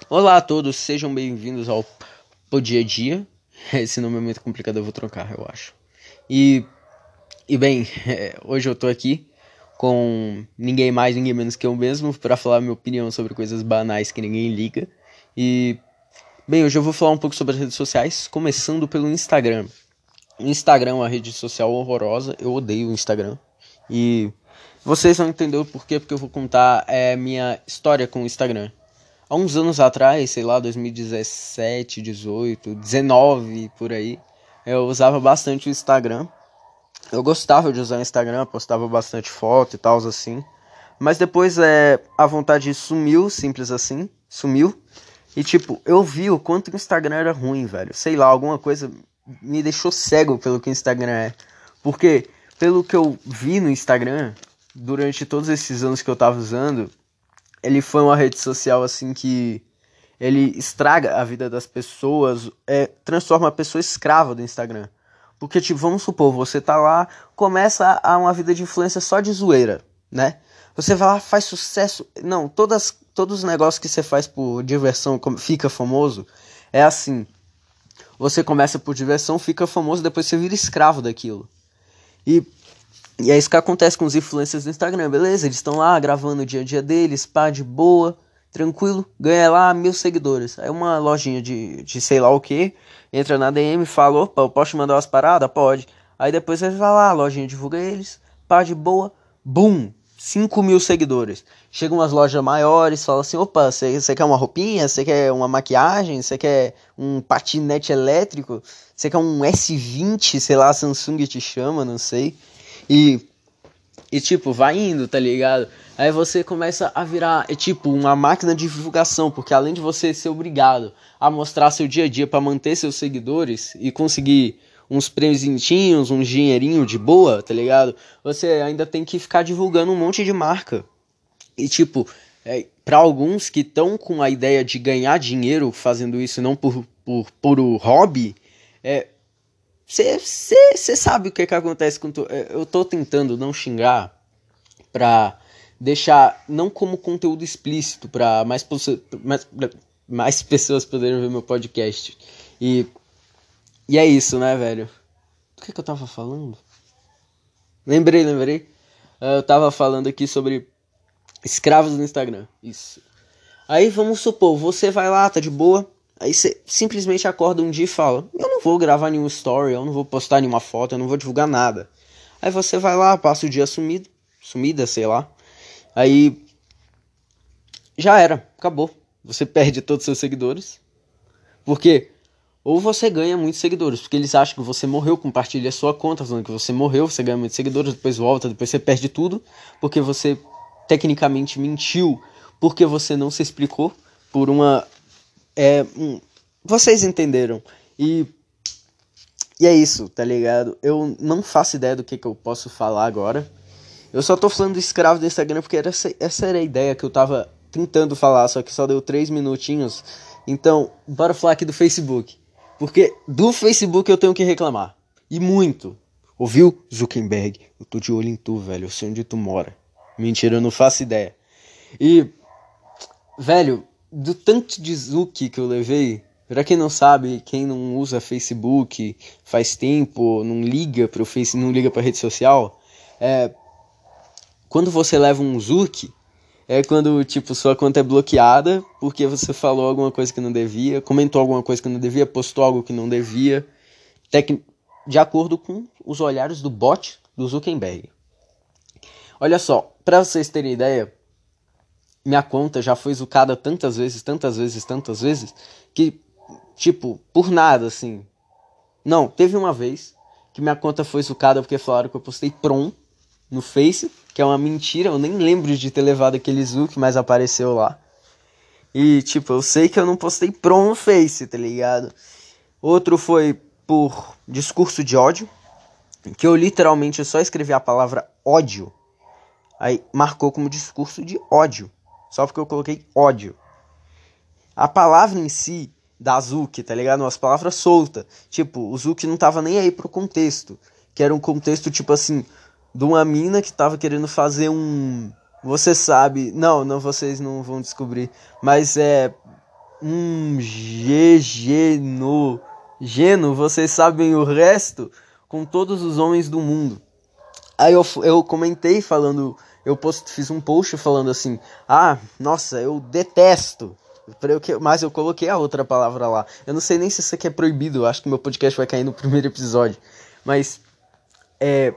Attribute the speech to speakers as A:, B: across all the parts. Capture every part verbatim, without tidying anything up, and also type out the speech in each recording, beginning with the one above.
A: Olá a todos, sejam bem-vindos ao Pô Dia a Dia. Esse nome é muito complicado, eu vou trocar, eu acho. E, e bem, é, hoje eu tô aqui com ninguém mais, ninguém menos que eu mesmo para falar minha opinião sobre coisas banais que ninguém liga. E, bem, hoje eu vou falar um pouco sobre as redes sociais, começando pelo Instagram. O Instagram é uma rede social horrorosa, eu odeio o Instagram. E vocês vão entender o porquê, porque eu vou contar é, minha história com o Instagram. Há uns anos atrás, sei lá, dois mil e dezessete, dezoito, dezenove, por aí, eu usava bastante o Instagram. Eu gostava de usar o Instagram, postava bastante foto e tal, assim. Mas depois é, a vontade sumiu, simples assim, sumiu. E tipo, eu vi o quanto o Instagram era ruim, velho. Sei lá, alguma coisa me deixou cego pelo que o Instagram é. Porque, pelo que eu vi no Instagram, durante todos esses anos que eu tava usando, ele foi uma rede social assim que ele estraga a vida das pessoas, é, transforma a pessoa escrava do Instagram. Porque, tipo, vamos supor, você tá lá, começa a uma vida de influência só de zoeira, né? Você vai lá, faz sucesso. Não, todas, todos os negócios que você faz por diversão fica famoso. É assim. Você começa por diversão, fica famoso, depois você vira escravo daquilo. E e é isso que acontece com os influencers do Instagram, beleza? Eles estão lá gravando o dia a dia deles, pá, de boa, tranquilo, ganha lá mil seguidores. Aí uma lojinha de, de sei lá o que, entra na D M e fala, opa, eu posso te mandar umas paradas? Pode. Aí depois ele vai lá, a lojinha divulga eles, pá, de boa, bum, cinco mil seguidores. Chegam umas lojas maiores, fala assim, opa, você quer uma roupinha? Você quer uma maquiagem? Você quer um patinete elétrico? Você quer um S vinte, sei lá, a Samsung te chama, não sei. E, e tipo, vai indo, tá ligado? Aí você começa a virar, é tipo, uma máquina de divulgação, porque além de você ser obrigado a mostrar seu dia a dia para manter seus seguidores e conseguir uns presentinhos, um dinheirinho de boa, tá ligado? Você ainda tem que ficar divulgando um monte de marca. E tipo, é, para alguns que estão com a ideia de ganhar dinheiro fazendo isso, não por, por puro hobby, é, você sabe o que que acontece com tu. Eu tô tentando não xingar pra deixar, não como conteúdo explícito, pra mais, mais, mais pessoas poderem ver meu podcast. E, e é isso, né, velho? O que que eu tava falando? Lembrei, lembrei. Ah, Eu tava falando aqui sobre escravos no Instagram. Isso. Aí vamos supor, você vai lá, tá de boa. Aí você simplesmente acorda um dia e fala: eu não vou gravar nenhum story, eu não vou postar nenhuma foto, eu não vou divulgar nada. Aí você vai lá, passa o dia sumido, sumida, sei lá. Aí já era, acabou. Você perde todos os seus seguidores. Porque ou você ganha muitos seguidores, porque eles acham que você morreu, compartilha a sua conta falando que você morreu, você ganha muitos seguidores, depois volta, depois você perde tudo, porque você tecnicamente mentiu, porque você não se explicou por uma é, hum, vocês entenderam. E, e é isso, tá ligado? Eu não faço ideia do que, que eu posso falar agora. Eu só tô falando do escravo do Instagram porque era essa, essa era a ideia que eu tava tentando falar, só que só deu três minutinhos. Então, bora falar aqui do Facebook. Porque do Facebook eu tenho que reclamar. E muito. Ouviu, Zuckerberg? Eu tô de olho em tu, velho. Eu sei onde tu mora. Mentira, eu não faço ideia. E, velho, do tanto de Zuki que eu levei, pra quem não sabe, quem não usa Facebook faz tempo, não liga pro Face, não liga pra rede social, é, quando você leva um Zuki, é quando, tipo, sua conta é bloqueada porque você falou alguma coisa que não devia, comentou alguma coisa que não devia, postou algo que não devia, tec... de acordo com os olhares do bot do Zuckerberg. Olha só, pra vocês terem ideia, minha conta já foi zucada tantas vezes, tantas vezes, tantas vezes, que, tipo, por nada, assim. Não, teve uma vez que minha conta foi zucada porque falaram que eu postei prom no Face, que é uma mentira, eu nem lembro de ter levado aquele zuc, mas apareceu lá. E, tipo, eu sei que eu não postei prom no Face, tá ligado? Outro foi por discurso de ódio, que eu literalmente só escrevi a palavra ódio, aí marcou como discurso de ódio. Só porque eu coloquei ódio. A palavra em si, da Zuki, tá ligado? Umas palavras soltas. Tipo, o Zuki não tava nem aí pro contexto. Que era um contexto, tipo assim, de uma mina que tava querendo fazer um... Você sabe... Não, não, vocês não vão descobrir. Mas é... Um G G no Geno, vocês sabem o resto, com todos os homens do mundo. Aí eu, eu comentei falando, eu post, fiz um post falando assim, ah, nossa, eu detesto, mas eu coloquei a outra palavra lá. Eu não sei nem se isso aqui é proibido, eu acho que meu podcast vai cair no primeiro episódio. Mas, é,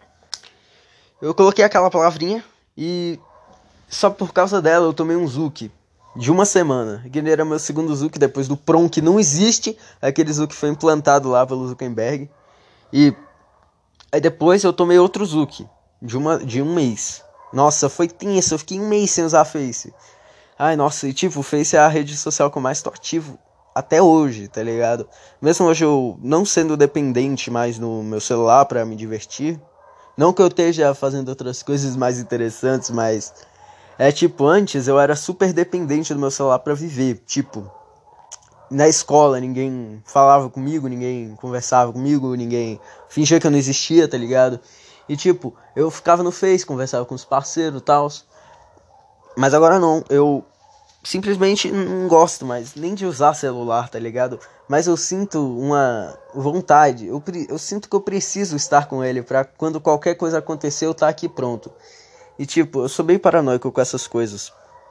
A: eu coloquei aquela palavrinha e só por causa dela eu tomei um Zuki de uma semana. Aquele era meu segundo Zuki depois do Prom, que não existe, aquele Zuki foi implantado lá pelo Zuckerberg. E aí depois eu tomei outro Zuki, de, uma, de um mês. Nossa, foi tenso, eu fiquei um mês sem usar Face. Ai, nossa, e tipo, o Face é a rede social que eu mais tô ativo até hoje, tá ligado? Mesmo hoje eu não sendo dependente mais no meu celular pra me divertir. Não que eu esteja fazendo outras coisas mais interessantes, mas... É tipo, antes eu era super dependente do meu celular pra viver. Tipo, na escola ninguém falava comigo, ninguém conversava comigo, ninguém fingia que eu não existia, tá ligado? E tipo, eu ficava no Face, conversava com os parceiros e tal. Mas agora não, eu simplesmente não gosto mais nem de usar celular, tá ligado? Mas eu sinto uma vontade, eu, eu sinto que eu preciso estar com ele pra quando qualquer coisa acontecer eu estar aqui pronto. E tipo, eu sou bem paranoico com essas coisas.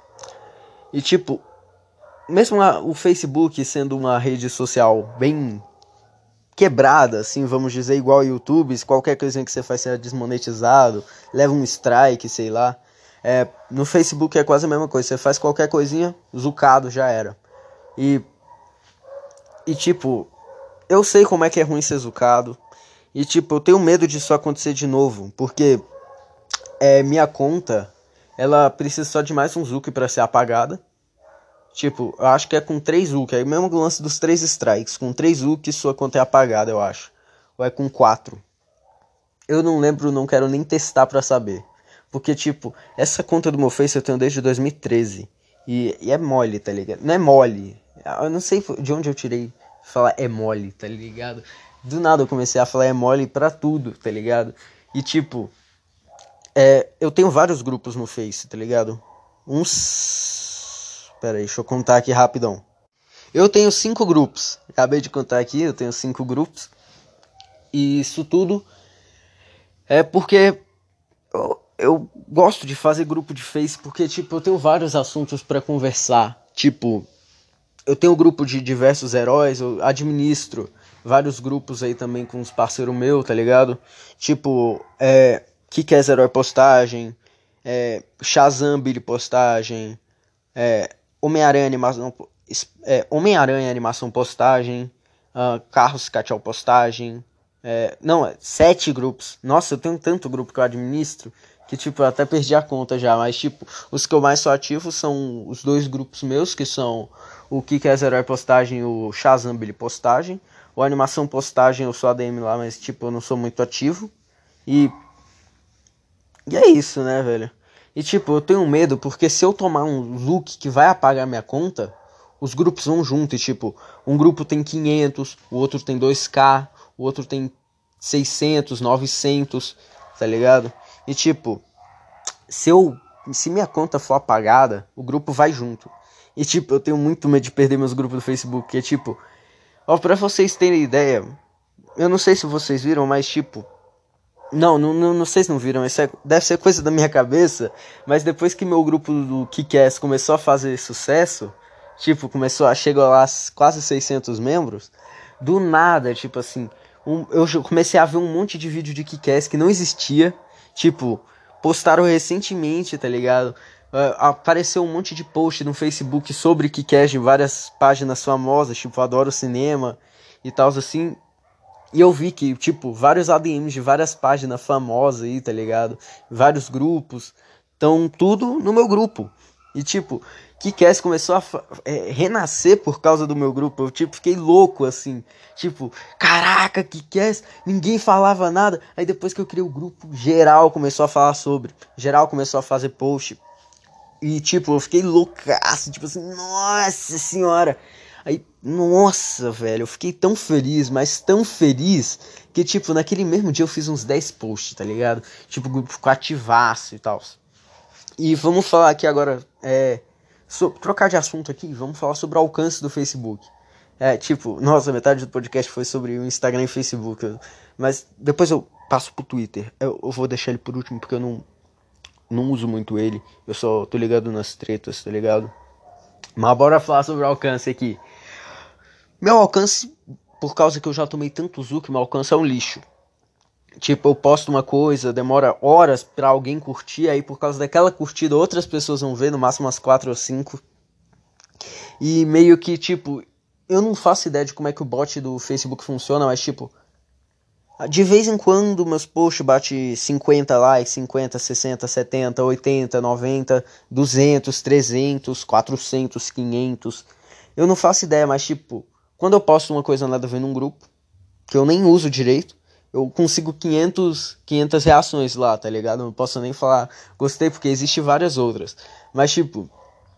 A: E tipo, mesmo a, o Facebook sendo uma rede social bem quebrada, assim, vamos dizer, igual o YouTube, qualquer coisinha que você faz ser desmonetizado, leva um strike, sei lá. É, no Facebook é quase a mesma coisa, você faz qualquer coisinha, zucado, já era. E, e tipo, eu sei como é que é ruim ser zucado. E tipo, eu tenho medo disso acontecer de novo, porque é, minha conta, ela precisa só de mais um zuc pra ser apagada. Tipo, eu acho que é com três U K, é o mesmo lance dos três strikes. Com três U K sua conta é apagada, eu acho. Ou é com quatro. Eu não lembro, não quero nem testar pra saber. Porque, tipo, essa conta do meu Face eu tenho desde dois mil e treze. E, e é mole, tá ligado? Não é mole. Eu não sei de onde eu tirei falar é mole, tá ligado? Do nada eu comecei a falar é mole pra tudo, tá ligado? E, tipo, é, eu tenho vários grupos no Face, tá ligado? Uns... Pera aí, deixa eu contar aqui rapidão. Eu tenho cinco grupos. Acabei de contar aqui, eu tenho cinco grupos. E isso tudo é porque eu, eu gosto de fazer grupo de Face, porque, tipo, eu tenho vários assuntos pra conversar. Tipo, eu tenho um grupo de diversos heróis, eu administro vários grupos aí também com uns parceiros meus, tá ligado? Tipo, é... Kick-Ass Herói Postagem, é, Shazam Billy Postagem, é, Homem-Aranha Animação, é, Homem-Aranha Animação Postagem, uh, Carros Cachau Postagem, é, não, é, sete grupos. Nossa, eu tenho tanto grupo que eu administro que, tipo, eu até perdi a conta já, mas, tipo, os que eu mais sou ativo são os dois grupos meus, que são o Kick-Ass Herói Postagem e o Shazam Billy Postagem. O Animação Postagem eu sou A D M lá, mas, tipo, eu não sou muito ativo. E E é isso, né, velho? E tipo, eu tenho medo porque se eu tomar um look que vai apagar minha conta, os grupos vão junto e tipo, um grupo tem quinhentos, o outro tem dois K, o outro tem seiscentos, novecentos, tá ligado? E tipo, se eu se minha conta for apagada, o grupo vai junto. E tipo, eu tenho muito medo de perder meus grupos do Facebook, que é tipo, ó, pra vocês terem ideia, eu não sei se vocês viram, mas tipo, não, não, não, não sei se não viram, isso é, deve ser coisa da minha cabeça, mas depois que meu grupo do Kick-Ass começou a fazer sucesso, tipo, começou a chegar lá quase seiscentos membros, do nada, tipo assim, um, eu comecei a ver um monte de vídeo de Kick-Ass que não existia, tipo, postaram recentemente, tá ligado? Uh, apareceu um monte de post no Facebook sobre Kick-Ass em várias páginas famosas, tipo, Adoro Cinema e tal, assim. E eu vi que, tipo, vários A D Ms de várias páginas famosas aí, tá ligado? Vários grupos. Estão tudo no meu grupo. E, tipo, Kick-Ass começou a é, renascer por causa do meu grupo. Eu, tipo, fiquei louco, assim. Tipo, caraca, Kick-Ass, ninguém falava nada. Aí depois que eu criei o grupo, geral começou a falar sobre. Geral começou a fazer post. E, tipo, eu fiquei loucaço. Tipo assim, nossa senhora. Aí, nossa, velho, eu fiquei tão feliz, mas tão feliz, que, tipo, naquele mesmo dia eu fiz uns dez posts, tá ligado? Tipo, o grupo ficou ativaço e tal. E vamos falar aqui agora, é, So, trocar de assunto aqui, vamos falar sobre o alcance do Facebook. É, tipo, nossa, metade do podcast foi sobre o Instagram e o Facebook. Mas depois eu passo pro Twitter. Eu, eu vou deixar ele por último porque eu não, não uso muito ele. Eu só tô ligado nas tretas, tá ligado? Mas bora falar sobre o alcance aqui. Meu alcance, por causa que eu já tomei tanto Zuc, meu alcance é um lixo. Tipo, eu posto uma coisa, demora horas pra alguém curtir, aí por causa daquela curtida outras pessoas vão ver, no máximo umas quatro ou cinco. E meio que, tipo, eu não faço ideia de como é que o bot do Facebook funciona, mas tipo, de vez em quando meus posts bate cinquenta likes, cinquenta, sessenta, setenta, oitenta, noventa, duzentos, trezentos, quatrocentos, quinhentos. Eu não faço ideia, mas tipo, quando eu posto uma coisa nada a ver num grupo, que eu nem uso direito, eu consigo quinhentos, quinhentas reações lá, tá ligado? Não posso nem falar gostei, porque existe várias outras. Mas tipo,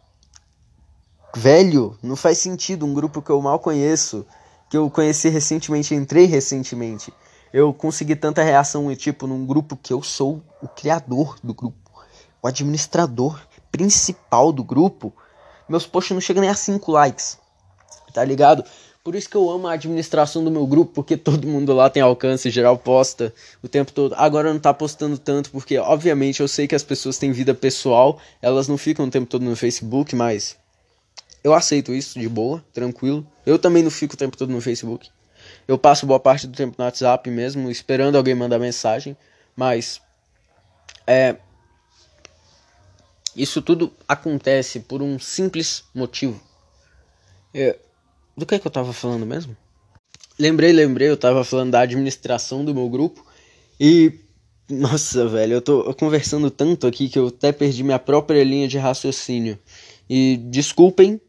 A: velho, não faz sentido um grupo que eu mal conheço, que eu conheci recentemente, entrei recentemente. Eu consegui tanta reação, tipo, num grupo que eu sou o criador do grupo, o administrador principal do grupo. Meus posts não chegam nem a cinco likes, tá ligado? Por isso que eu amo a administração do meu grupo, porque todo mundo lá tem alcance, geral posta o tempo todo. Agora não tá postando tanto, porque obviamente eu sei que as pessoas têm vida pessoal, elas não ficam o tempo todo no Facebook, mas eu aceito isso de boa, tranquilo. Eu também não fico o tempo todo no Facebook. Eu passo boa parte do tempo no WhatsApp mesmo, esperando alguém mandar mensagem. Mas é, isso tudo acontece por um simples motivo. É, do que é que eu tava falando mesmo? Lembrei, lembrei, eu tava falando da administração do meu grupo. E, nossa, velho, eu tô conversando tanto aqui que eu até perdi minha própria linha de raciocínio. E desculpem,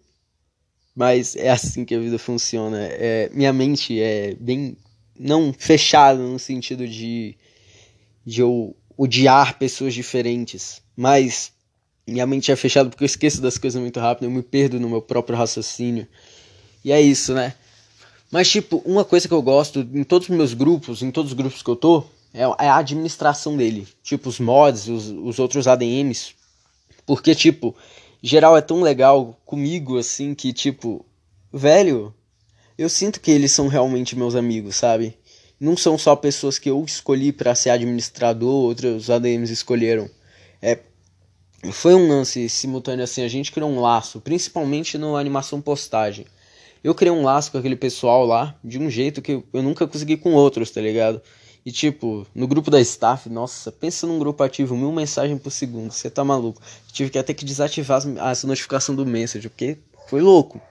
A: mas é assim que a vida funciona. É, minha mente é bem, não fechada no sentido de, de eu odiar pessoas diferentes, mas minha mente é fechada porque eu esqueço das coisas muito rápido, eu me perdo no meu próprio raciocínio. E é isso, né? Mas, tipo, uma coisa que eu gosto em todos os meus grupos, em todos os grupos que eu tô, é a administração dele. Tipo, os mods, os, os outros A D Ms. Porque, tipo, geral é tão legal comigo, assim, que, tipo, velho, eu sinto que eles são realmente meus amigos, sabe? Não são só pessoas que eu escolhi pra ser administrador, outros A D Ms escolheram. É, foi um lance simultâneo assim, a gente criou um laço, principalmente no animação postagem. Eu criei um laço com aquele pessoal lá, de um jeito que eu nunca consegui com outros, tá ligado? E tipo, no grupo da staff, nossa, pensa num grupo ativo, mil mensagens por segundo, você tá maluco. Tive que até que desativar as, as notificações do Messenger, porque foi louco.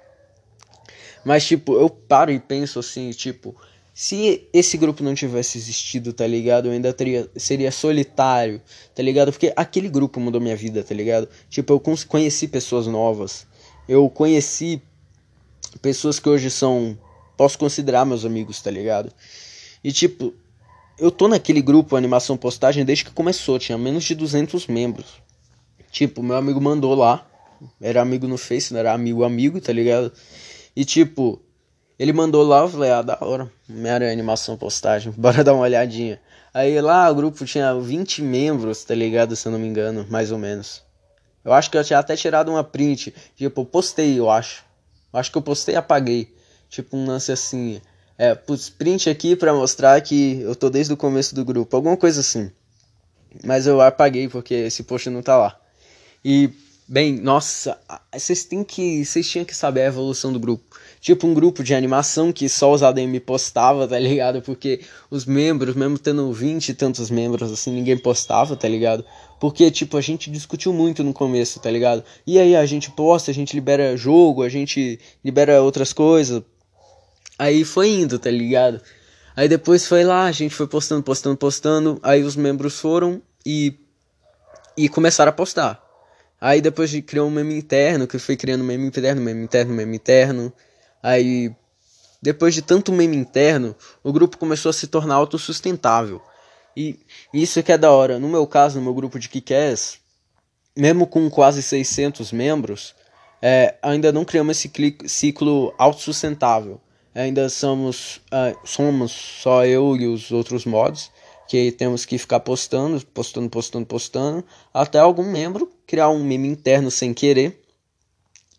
A: Mas tipo, eu paro e penso assim, tipo, se esse grupo não tivesse existido, tá ligado? Eu ainda teria, seria solitário, tá ligado? Porque aquele grupo mudou minha vida, tá ligado? Tipo, eu conheci pessoas novas. Eu conheci pessoas que hoje são, posso considerar meus amigos, tá ligado? E tipo, eu tô naquele grupo Animação Postagem desde que começou, tinha menos de duzentos membros. Tipo, meu amigo mandou lá, era amigo no Face, não era amigo amigo, tá ligado? E tipo, ele mandou lá, eu falei, ah, da hora, minha animação postagem, bora dar uma olhadinha. Aí lá o grupo tinha vinte membros, tá ligado? Se eu não me engano, mais ou menos. Eu acho que eu tinha até tirado uma print, tipo, eu postei, eu acho. Eu acho que eu postei e apaguei. Tipo um lance assim, é, putz, print aqui pra mostrar que eu tô desde o começo do grupo, alguma coisa assim. Mas eu apaguei porque esse post não tá lá. E, bem, nossa, vocês têm que. Vocês tinham que saber a evolução do grupo. Tipo, um grupo de animação que só os A D M postava, tá ligado? Porque os membros, mesmo tendo vinte e tantos membros, assim, ninguém postava, tá ligado? Porque, tipo, a gente discutiu muito no começo, tá ligado? E aí a gente posta, a gente libera jogo, a gente libera outras coisas. Aí foi indo, tá ligado? Aí depois foi lá, a gente foi postando, postando, postando. Aí os membros foram e, e começaram a postar. Aí depois de criar um meme interno, que foi criando meme interno, meme interno, meme interno. Aí, depois de tanto meme interno, o grupo começou a se tornar autossustentável. E isso que é da hora. No meu caso, no meu grupo de Kick-Ass, mesmo com quase seiscentos membros, é, ainda não criamos esse ciclo autossustentável. Ainda somos, uh, somos só eu e os outros mods, que temos que ficar postando, postando, postando, postando, até algum membro criar um meme interno sem querer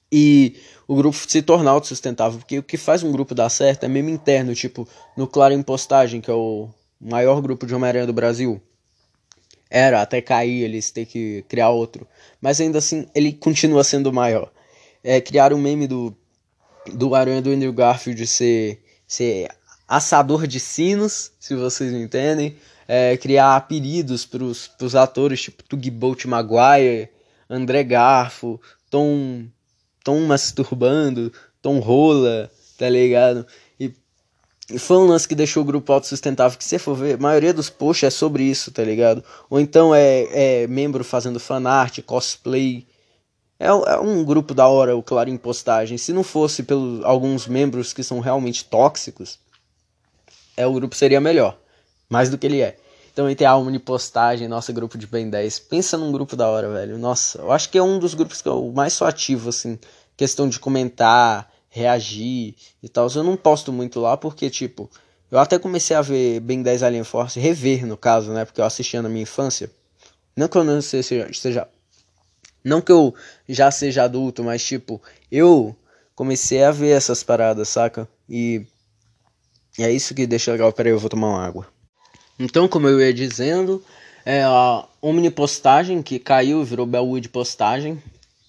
A: e o grupo se tornar autossustentável, porque o que faz um grupo dar certo é mesmo interno, tipo, no Clarim Postagem, que é o maior grupo de Homem-Aranha do Brasil, era até cair, eles ter que criar outro, mas ainda assim ele continua sendo o maior. É, criaram um meme do, do Aranha do Andrew Garfield ser, ser assador de sinos, se vocês me entendem, é, criar apelidos pros, pros atores, tipo Tugboat Maguire, André Garfo, Tom, Tom Masturbando, Tom Rola, tá ligado? E, e foi um lance que deixou o grupo autossustentável, que se for ver, a maioria dos posts é sobre isso, tá ligado? Ou então é, é membro fazendo fanart, cosplay. É, é um grupo da hora, o Clarim Postagem. Se não fosse pelos alguns membros que são realmente tóxicos, é, o grupo seria melhor. Mais do que ele é. Então tem a Omnipostagem, nosso grupo de Ben dez. Pensa num grupo da hora, velho. Nossa, eu acho que é um dos grupos que eu mais sou ativo, assim. Questão de comentar, reagir e tal. Eu não posto muito lá porque, tipo, eu até comecei a ver Ben dez Alien Force, rever no caso, né? Porque eu assistia na minha infância. Não que eu não seja, seja não que eu já seja adulto, mas tipo, eu comecei a ver essas paradas, saca? E é isso que deixa legal. Peraí, eu vou tomar uma água. Então, como eu ia dizendo, é a Omnipostagem que caiu, virou Bellwood Postagem.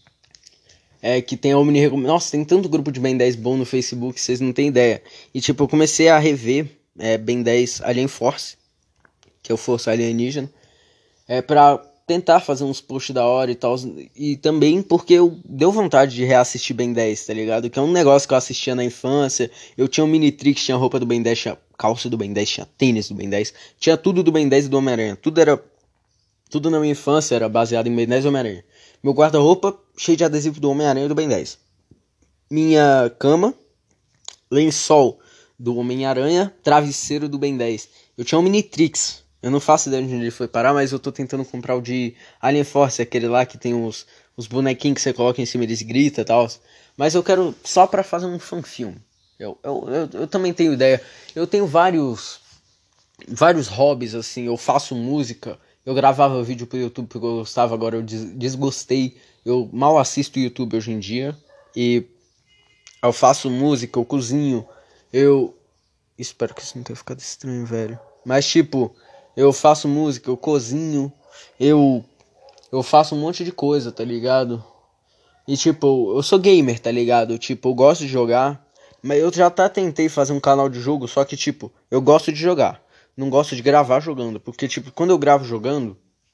A: É que tem a Omni... Nossa, tem tanto grupo de Ben dez bom no Facebook, vocês não têm ideia. E tipo, eu comecei a rever é, Ben dez Alien Force, que é o Força Alienígena, é pra tentar fazer uns posts da hora e tal. E também porque eu deu vontade de reassistir Ben dez, tá ligado? Que é um negócio que eu assistia na infância. Eu tinha um Minitrix, tinha roupa do Ben dez, tinha calça do Ben dez, tinha tênis do Ben dez. Tinha tudo do Ben dez e do Homem-Aranha. Tudo era... Tudo na minha infância era baseado em Ben dez e Homem-Aranha. Meu guarda-roupa cheio de adesivo do Homem-Aranha e do Ben dez. Minha cama, lençol do Homem-Aranha, travesseiro do Ben dez. Eu tinha um Minitrix. Eu não faço ideia de onde ele foi parar, mas eu tô tentando comprar o de Alien Force, aquele lá que tem os, os bonequinhos que você coloca em cima e eles gritam e tal. Mas eu quero só pra fazer um fanfilme. Eu, eu, eu, eu também tenho ideia. Eu tenho vários vários hobbies, assim. Eu faço música. Eu gravava vídeo pro YouTube porque eu gostava, agora eu des desgostei. Eu mal assisto YouTube hoje em dia. E eu faço música, eu cozinho. Eu... Espero que isso não tenha ficado estranho, velho. Mas tipo... Eu faço música, eu cozinho, eu eu faço um monte de coisa, tá ligado? E tipo, eu sou gamer, tá ligado? Tipo, eu gosto de jogar, mas eu já até tentei fazer um canal de jogo, só que tipo, eu gosto de jogar, não gosto de gravar jogando, porque tipo, quando eu gravo jogando,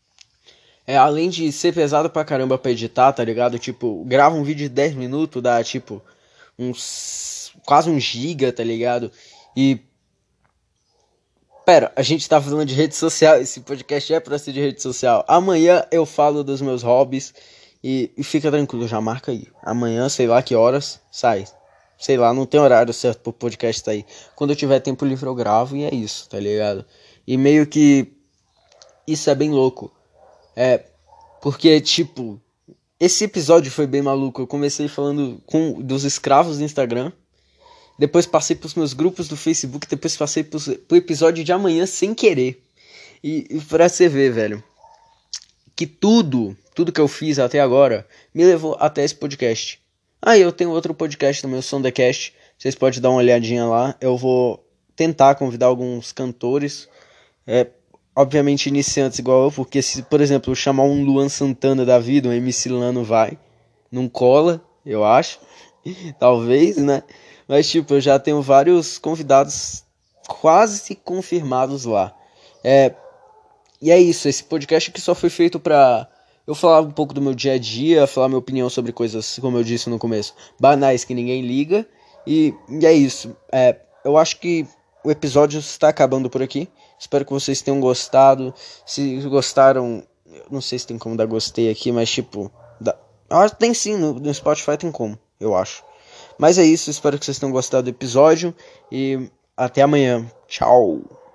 A: é além de ser pesado pra caramba pra editar, tá ligado? Tipo, gravo um vídeo de dez minutos, dá tipo uns quase um giga, tá ligado? E Pera, a gente tá falando de rede social, esse podcast é pra ser de rede social. Amanhã eu falo dos meus hobbies e, e fica tranquilo, já marca aí. Amanhã, sei lá que horas, sai. Sei lá, não tem horário certo pro podcast sair. Quando eu tiver tempo livre eu gravo e é isso, tá ligado? E meio que isso é bem louco. É, porque tipo, esse episódio foi bem maluco. Eu comecei falando com dos escravos do Instagram. Depois passei pros meus grupos do Facebook. Depois passei pros, pro episódio de amanhã sem querer. E, e pra você ver, velho, que tudo, tudo que eu fiz até agora me levou até esse podcast. Ah, eu tenho outro podcast também, o Som The Cast. Vocês podem dar uma olhadinha lá. Eu vou tentar convidar alguns cantores. É, obviamente iniciantes igual eu. Porque se, por exemplo, eu chamar um Luan Santana da vida, um M C Lano vai. Não cola, eu acho. Talvez, né? Mas, tipo, eu já tenho vários convidados quase confirmados lá. É, e é isso, esse podcast aqui só foi feito pra eu falar um pouco do meu dia a dia, falar minha opinião sobre coisas, como eu disse no começo, banais que ninguém liga. E, e é isso. É, eu acho que o episódio está acabando por aqui. Espero que vocês tenham gostado. Se gostaram, eu não sei se tem como dar gostei aqui, mas tipo... Dá, ah, tem sim, no, no Spotify tem como, eu acho. Mas é isso, espero que vocês tenham gostado do episódio e até amanhã. Tchau!